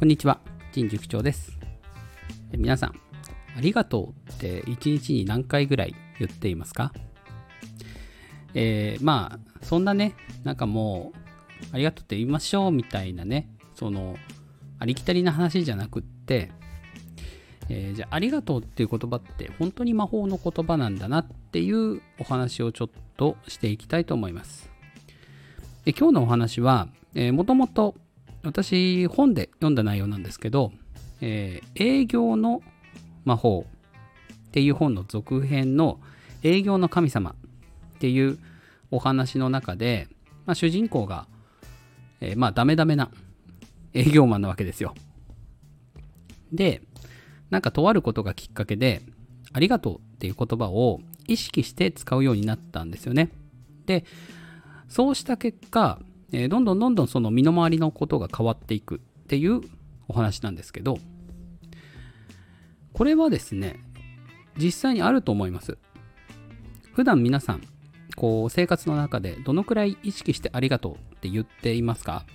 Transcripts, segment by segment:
こんにちは、陳塾長です。皆さん、ありがとうって一日に何回ぐらい言っていますか？そんなね、なんかもう、ありがとうって言いましょうみたいなね、ありきたりな話じゃなくって、じゃあ、ありがとうっていう言葉って本当に魔法の言葉なんだなっていうお話をちょっとしていきたいと思います。で、今日のお話は、もともと私本で読んだ内容なんですけど、営業の魔法っていう本の続編の営業の神様っていうお話の中で、主人公が、ダメダメな営業マンなわけですよ。で、なんかとあることがきっかけでありがとうっていう言葉を意識して使うようになったんですよね。で、そうした結果、どんどんその身の回りのことが変わっていくっていうお話なんですけど、これはですね、実際にあると思います。普段皆さん生活の中でどのくらい意識してありがとうって言っていますか？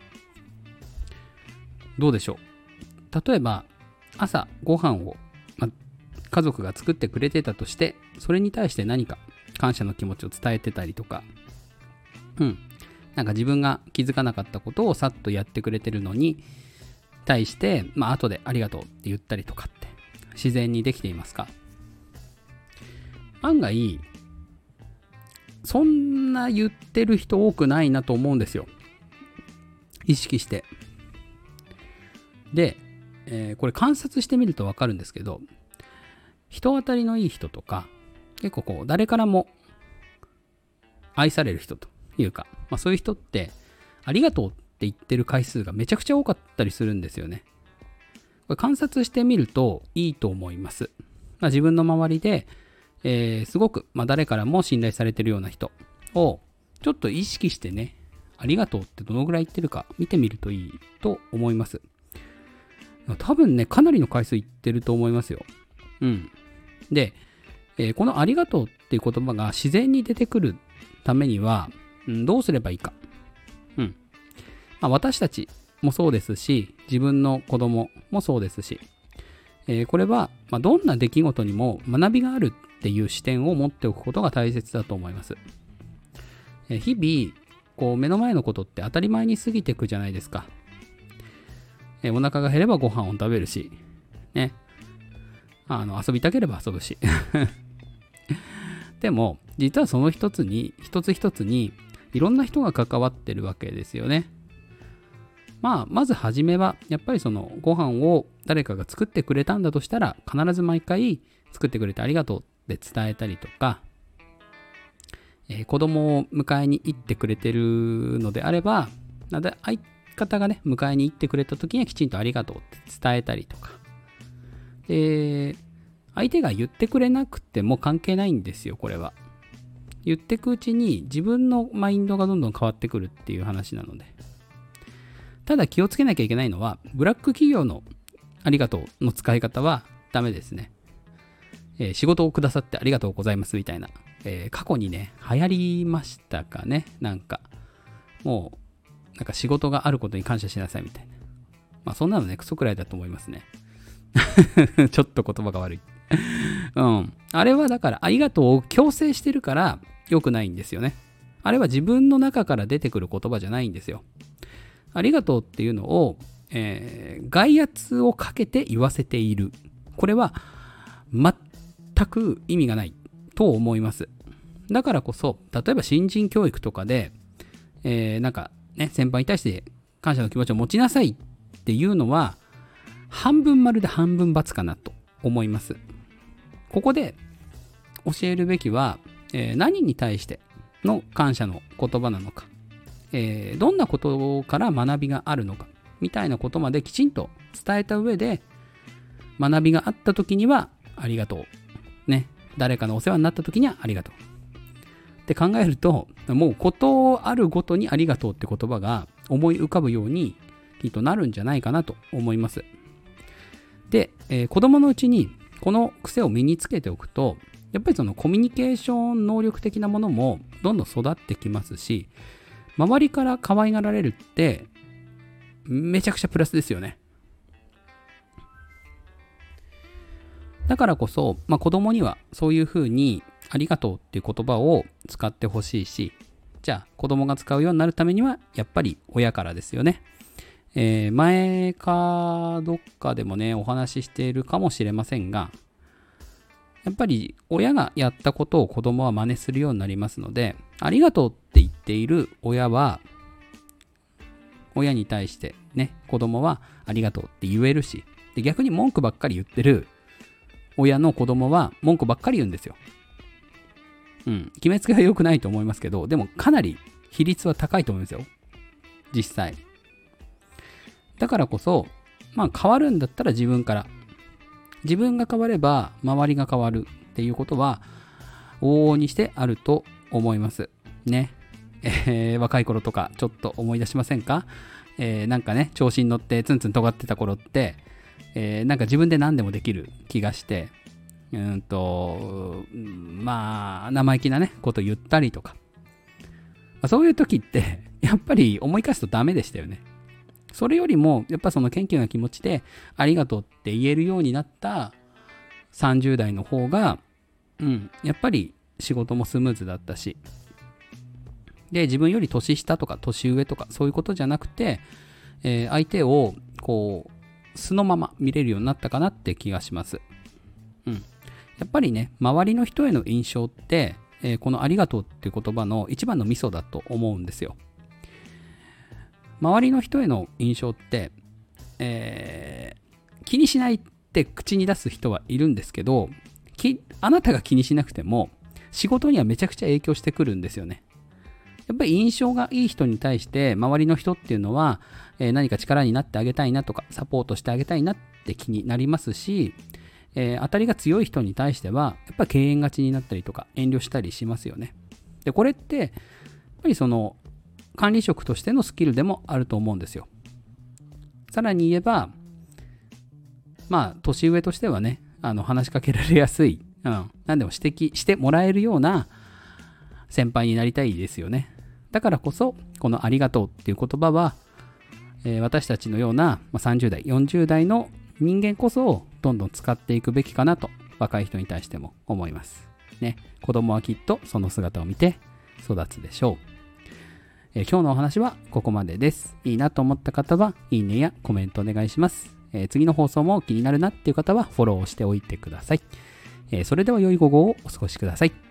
どうでしょう？例えば朝ご飯を、家族が作ってくれてたとして、それに対して何か感謝の気持ちを伝えてたりとか、なんか自分が気づかなかったことをさっとやってくれてるのに対して、後でありがとうって言ったりとかって自然にできていますか？案外そんな言ってる人多くないなと思うんですよ。意識して。で、これ観察してみると分かるんですけど、人当たりのいい人とか、結構誰からも愛される人というか、そういう人ってありがとうって言ってる回数がめちゃくちゃ多かったりするんですよね。これ観察してみるといいと思います。自分の周りで、すごく、誰からも信頼されてるような人をちょっと意識してね、ありがとうってどのぐらい言ってるか見てみるといいと思います。多分ね、かなりの回数言ってると思いますよ。で、このありがとうっていう言葉が自然に出てくるためには、どうすればいいか。私たちもそうですし、自分の子供もそうですし、これは、どんな出来事にも学びがあるっていう視点を持っておくことが大切だと思います。日々、目の前のことって当たり前に過ぎていくじゃないですか。お腹が減ればご飯を食べるし、ね。遊びたければ遊ぶし。でも、実はその一つ一つに、いろんな人が関わってるわけですよね。まず初めは、やっぱりそのご飯を誰かが作ってくれたんだとしたら、必ず毎回作ってくれてありがとうって伝えたりとか、子供を迎えに行ってくれてるのであれば、相方がね、迎えに行ってくれた時にはきちんとありがとうって伝えたりとか。相手が言ってくれなくても関係ないんですよ、これは。言ってくうちに自分のマインドがどんどん変わってくるっていう話なので。ただ気をつけなきゃいけないのは、ブラック企業のありがとうの使い方はダメですね。仕事をくださってありがとうございますみたいな。過去にね、流行りましたかね。もう、仕事があることに感謝しなさいみたいな。そんなのね、クソくらいだと思いますね。ちょっと言葉が悪い。あれはだから、ありがとうを強制してるから良くないんですよね。あれは自分の中から出てくる言葉じゃないんですよ。ありがとうっていうのを、外圧をかけて言わせている。これは全く意味がないと思います。だからこそ、例えば新人教育とかで、先輩に対して感謝の気持ちを持ちなさいっていうのは、半分丸で半分×かなと思います。ここで教えるべきは、何に対しての感謝の言葉なのか、どんなことから学びがあるのかみたいなことまできちんと伝えた上で、学びがあった時にはありがとうね、誰かのお世話になった時にはありがとうって考えると、もうことあるごとにありがとうって言葉が思い浮かぶようにきっとなるんじゃないかなと思います。で、子供のうちにこの癖を身につけておくと、やっぱりそのコミュニケーション能力的なものもどんどん育ってきますし、周りから可愛がられるってめちゃくちゃプラスですよね。 だからこそ、子供にはそういうふうにありがとうっていう言葉を使ってほしいし、じゃあ子供が使うようになるためにはやっぱり親からですよね。前かどっかでもねお話ししているかもしれませんが、やっぱり親がやったことを子供は真似するようになりますので、ありがとうって言っている親に対してね、子供はありがとうって言えるし、で逆に文句ばっかり言ってる親の子供は文句ばっかり言うんですよ。決めつけは良くないと思いますけど、でもかなり比率は高いと思いますよ、実際。だからこそ、変わるんだったら自分から。自分が変われば周りが変わるっていうことは往々にしてあると思いますね。若い頃とかちょっと思い出しませんか？なんかね、調子に乗ってツンツン尖ってた頃って、なんか自分で何でもできる気がして、生意気なねこと言ったりとか、そういう時ってやっぱり思い返すとダメでしたよね。それよりもやっぱその謙虚な気持ちでありがとうって言えるようになった30代の方が、やっぱり仕事もスムーズだったし、で自分より年下とか年上とかそういうことじゃなくて、相手をこう素のまま見れるようになったかなって気がします。やっぱりね、周りの人への印象って、このありがとうっていう言葉の一番のミソだと思うんですよ。周りの人への印象って、気にしないって口に出す人はいるんですけど、あなたが気にしなくても仕事にはめちゃくちゃ影響してくるんですよね。やっぱり印象がいい人に対して周りの人っていうのは、何か力になってあげたいなとかサポートしてあげたいなって気になりますし、当たりが強い人に対してはやっぱり敬遠がちになったりとか遠慮したりしますよね。でこれってやっぱりその管理職としてのスキルでもあると思うんですよ。さらに言えば、年上としてはね、話しかけられやすい、何でも指摘してもらえるような先輩になりたいですよね。だからこそ、このありがとうっていう言葉は、私たちのような30代、40代の人間こそどんどん使っていくべきかなと、若い人に対しても思います。ね、子供はきっとその姿を見て育つでしょう。今日のお話はここまでです。いいなと思った方はいいねやコメントお願いします。次の放送も気になるなっていう方はフォローしておいてください。それでは良い午後をお過ごしください。